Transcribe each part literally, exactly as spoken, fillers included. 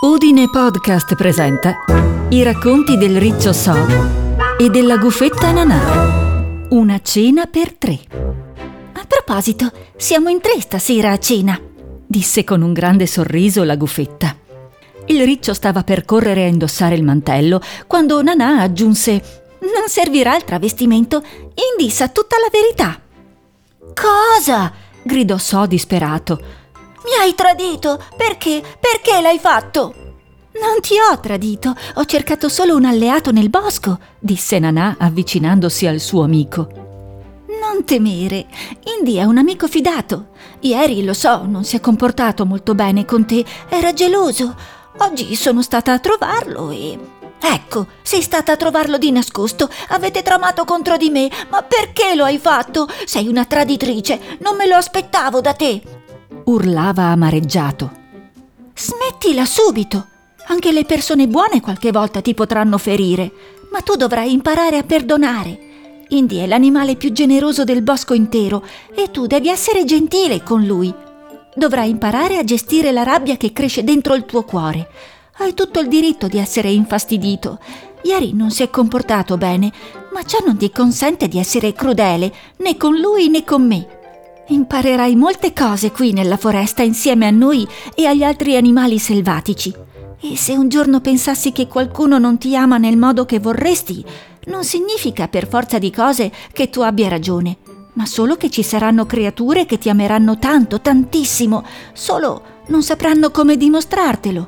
Udine Podcast presenta i racconti del Riccio So e della Gufetta Nanà. Una cena per tre. A proposito, siamo in tre stasera a cena, disse con un grande sorriso la Gufetta. Il Riccio stava per correre a indossare il mantello quando Nanà aggiunse: non servirà il travestimento, Indy sa tutta la verità. Cosa? Gridò So disperato. Mi hai tradito! Perché? Perché l'hai fatto? Non ti ho tradito, ho cercato solo un alleato nel bosco, disse Nanà avvicinandosi al suo amico. Non temere, Indy è un amico fidato. Ieri, lo so, non si è comportato molto bene con te, era geloso. Oggi sono stata a trovarlo e... Ecco, sei stata a trovarlo di nascosto, avete tramato contro di me, ma perché lo hai fatto? Sei una traditrice, non me lo aspettavo da te! Urlava amareggiato. Smettila subito! Anche le persone buone qualche volta ti potranno ferire, ma tu dovrai imparare a perdonare. Indy è l'animale più generoso del bosco intero e tu devi essere gentile con lui. Dovrai imparare a gestire la rabbia che cresce dentro il tuo cuore. Hai tutto il diritto di essere infastidito. Ieri non si è comportato bene, ma ciò non ti consente di essere crudele né con lui né con me. Imparerai molte cose qui nella foresta insieme a noi e agli altri animali selvatici. E se un giorno pensassi che qualcuno non ti ama nel modo che vorresti, non significa per forza di cose che tu abbia ragione, ma solo che ci saranno creature che ti ameranno tanto, tantissimo, solo non sapranno come dimostrartelo.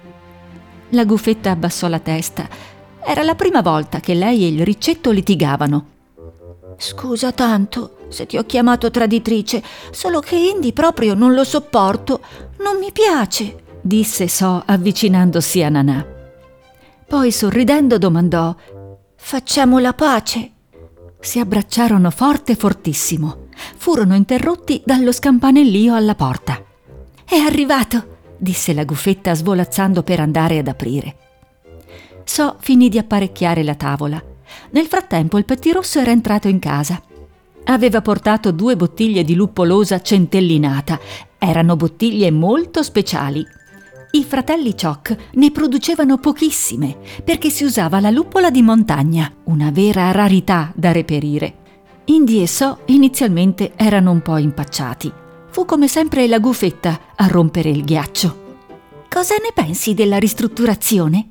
La Gufetta abbassò la testa. Era la prima volta che lei e il Riccetto litigavano. Scusa tanto se ti ho chiamato traditrice, solo che Indy proprio non lo sopporto, non mi piace, disse So avvicinandosi a Nanà. Poi sorridendo domandò: facciamo la pace? Si abbracciarono forte fortissimo. Furono interrotti dallo scampanellio alla porta. È arrivato, disse la Gufetta svolazzando per andare ad aprire. So finì di apparecchiare la tavola. Nel frattempo il pettirosso era entrato in casa. Aveva portato due bottiglie di luppolosa centellinata. Erano bottiglie molto speciali. I fratelli Cioc ne producevano pochissime perché si usava la luppola di montagna, una vera rarità da reperire. Indy e So inizialmente erano un po' impacciati. Fu come sempre la Gufetta a rompere il ghiaccio. Cosa ne pensi della ristrutturazione?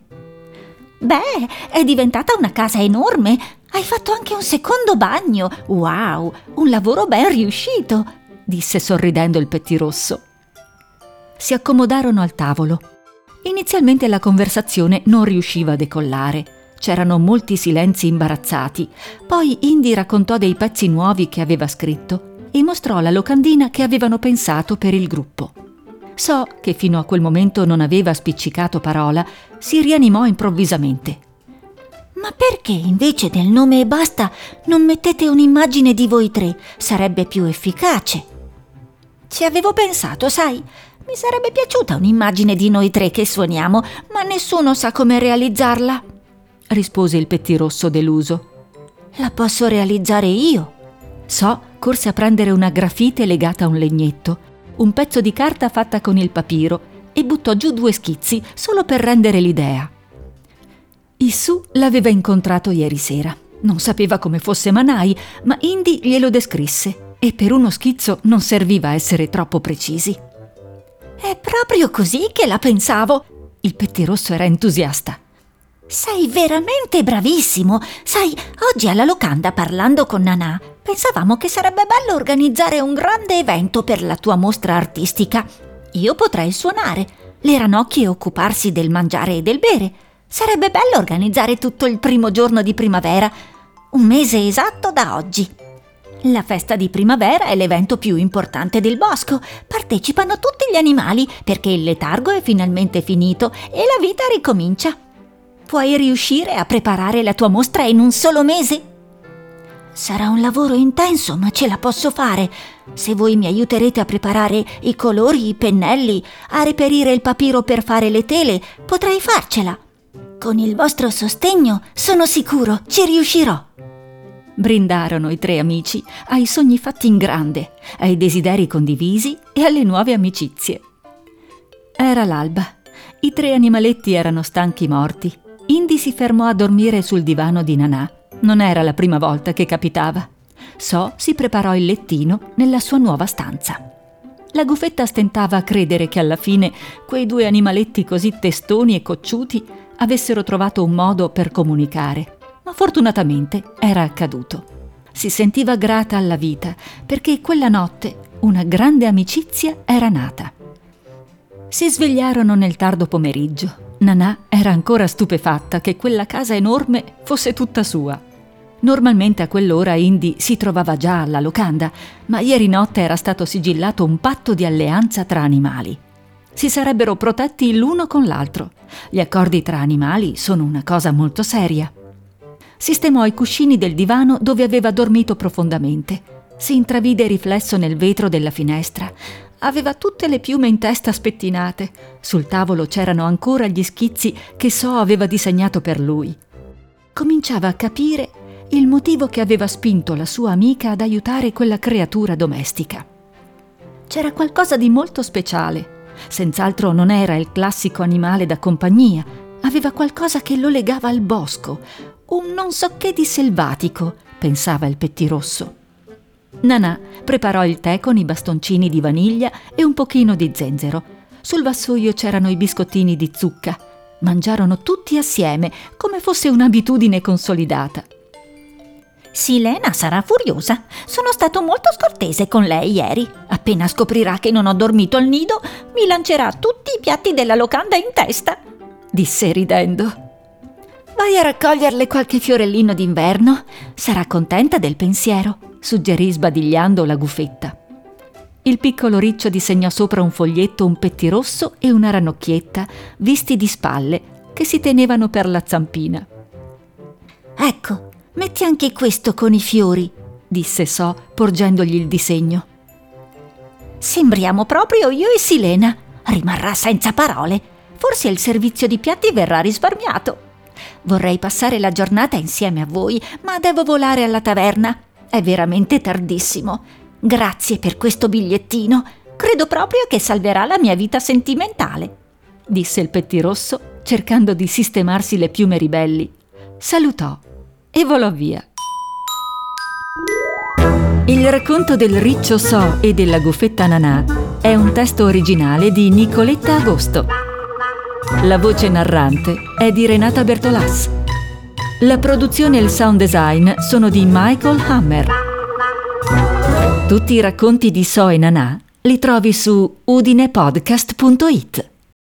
Beh, è diventata una casa enorme. Hai fatto anche un secondo bagno. Wow, un lavoro ben riuscito, disse sorridendo il pettirosso. Si accomodarono al tavolo. Inizialmente la conversazione non riusciva a decollare. C'erano molti silenzi imbarazzati. Poi Indy raccontò dei pezzi nuovi che aveva scritto e mostrò la locandina che avevano pensato per il gruppo. So che fino a quel momento non aveva spiccicato parola, si rianimò improvvisamente. Ma perché invece del nome e basta non mettete un'immagine di voi tre? Sarebbe più efficace. Ci avevo pensato, sai, mi sarebbe piaciuta un'immagine di noi tre che suoniamo, ma nessuno sa come realizzarla, rispose il pettirosso deluso. La posso realizzare io. So corse a prendere una grafite legata a un legnetto, un pezzo di carta fatta con il papiro e buttò giù due schizzi solo per rendere l'idea. Issu l'aveva incontrato ieri sera. Non sapeva come fosse Manai, ma Indy glielo descrisse e per uno schizzo non serviva essere troppo precisi. È proprio così che la pensavo. Il pettirosso era entusiasta. Sei veramente bravissimo. Sai, oggi alla locanda parlando con Nanà pensavamo che sarebbe bello organizzare un grande evento per la tua mostra artistica. Io potrei suonare, le ranocchie occuparsi del mangiare e del bere. Sarebbe bello organizzare tutto il primo giorno di primavera, un mese esatto da oggi. La festa di primavera è l'evento più importante del bosco. Partecipano tutti gli animali perché il letargo è finalmente finito e la vita ricomincia. Puoi riuscire a preparare la tua mostra in un solo mese? Sarà un lavoro intenso, ma ce la posso fare. Se voi mi aiuterete a preparare i colori, i pennelli, a reperire il papiro per fare le tele, potrei farcela. Con il vostro sostegno, sono sicuro, ci riuscirò. Brindarono i tre amici ai sogni fatti in grande, ai desideri condivisi e alle nuove amicizie. Era l'alba. I tre animaletti erano stanchi morti. Indy si fermò a dormire sul divano di Nanà. Non era la prima volta che capitava. So si preparò il lettino nella sua nuova stanza. La Gufetta stentava a credere che alla fine quei due animaletti così testoni e cocciuti avessero trovato un modo per comunicare, ma fortunatamente era accaduto. Si sentiva grata alla vita perché quella notte una grande amicizia era nata. Si svegliarono nel tardo pomeriggio. Nanà era ancora stupefatta che quella casa enorme fosse tutta sua. Normalmente a quell'ora Indy si trovava già alla locanda, ma ieri notte era stato sigillato un patto di alleanza tra animali. Si sarebbero protetti l'uno con l'altro. Gli accordi tra animali sono una cosa molto seria. Sistemò i cuscini del divano dove aveva dormito profondamente. Si intravide riflesso nel vetro della finestra. Aveva tutte le piume in testa spettinate. Sul tavolo c'erano ancora gli schizzi che So aveva disegnato per lui. Cominciava a capire il motivo che aveva spinto la sua amica ad aiutare quella creatura domestica. C'era qualcosa di molto speciale. Senz'altro non era il classico animale da compagnia. Aveva qualcosa che lo legava al bosco. Un non so che di selvatico, pensava il pettirosso. Nanà preparò il tè con i bastoncini di vaniglia e un pochino di zenzero. Sul vassoio c'erano i biscottini di zucca. Mangiarono tutti assieme, come fosse un'abitudine consolidata. Silena sarà furiosa. Sono stato molto scortese con lei ieri. Appena scoprirà che non ho dormito al nido, mi lancerà tutti i piatti della locanda in testa, disse ridendo. Vai a raccoglierle qualche fiorellino d'inverno. Sarà contenta del pensiero, suggerì sbadigliando la Gufetta. Il piccolo riccio disegnò sopra un foglietto un pettirosso e una ranocchietta, visti di spalle, che si tenevano per la zampina. Ecco, metti anche questo con i fiori, disse So, porgendogli il disegno. Sembriamo proprio io e Silena. Rimarrà senza parole. Forse il servizio di piatti verrà risparmiato. Vorrei passare la giornata insieme a voi, ma devo volare alla taverna. È veramente tardissimo. Grazie per questo bigliettino. Credo proprio che salverà la mia vita sentimentale, disse il pettirosso, cercando di sistemarsi le piume ribelli. Salutò e volò via. Il racconto del riccio So e della Gufetta Nanà è un testo originale di Nicoletta Agosto. La voce narrante è di Renata Bertolas. La produzione e il sound design sono di Michael Hammer. Tutti i racconti di So e Nanà li trovi su udinepodcast punto it.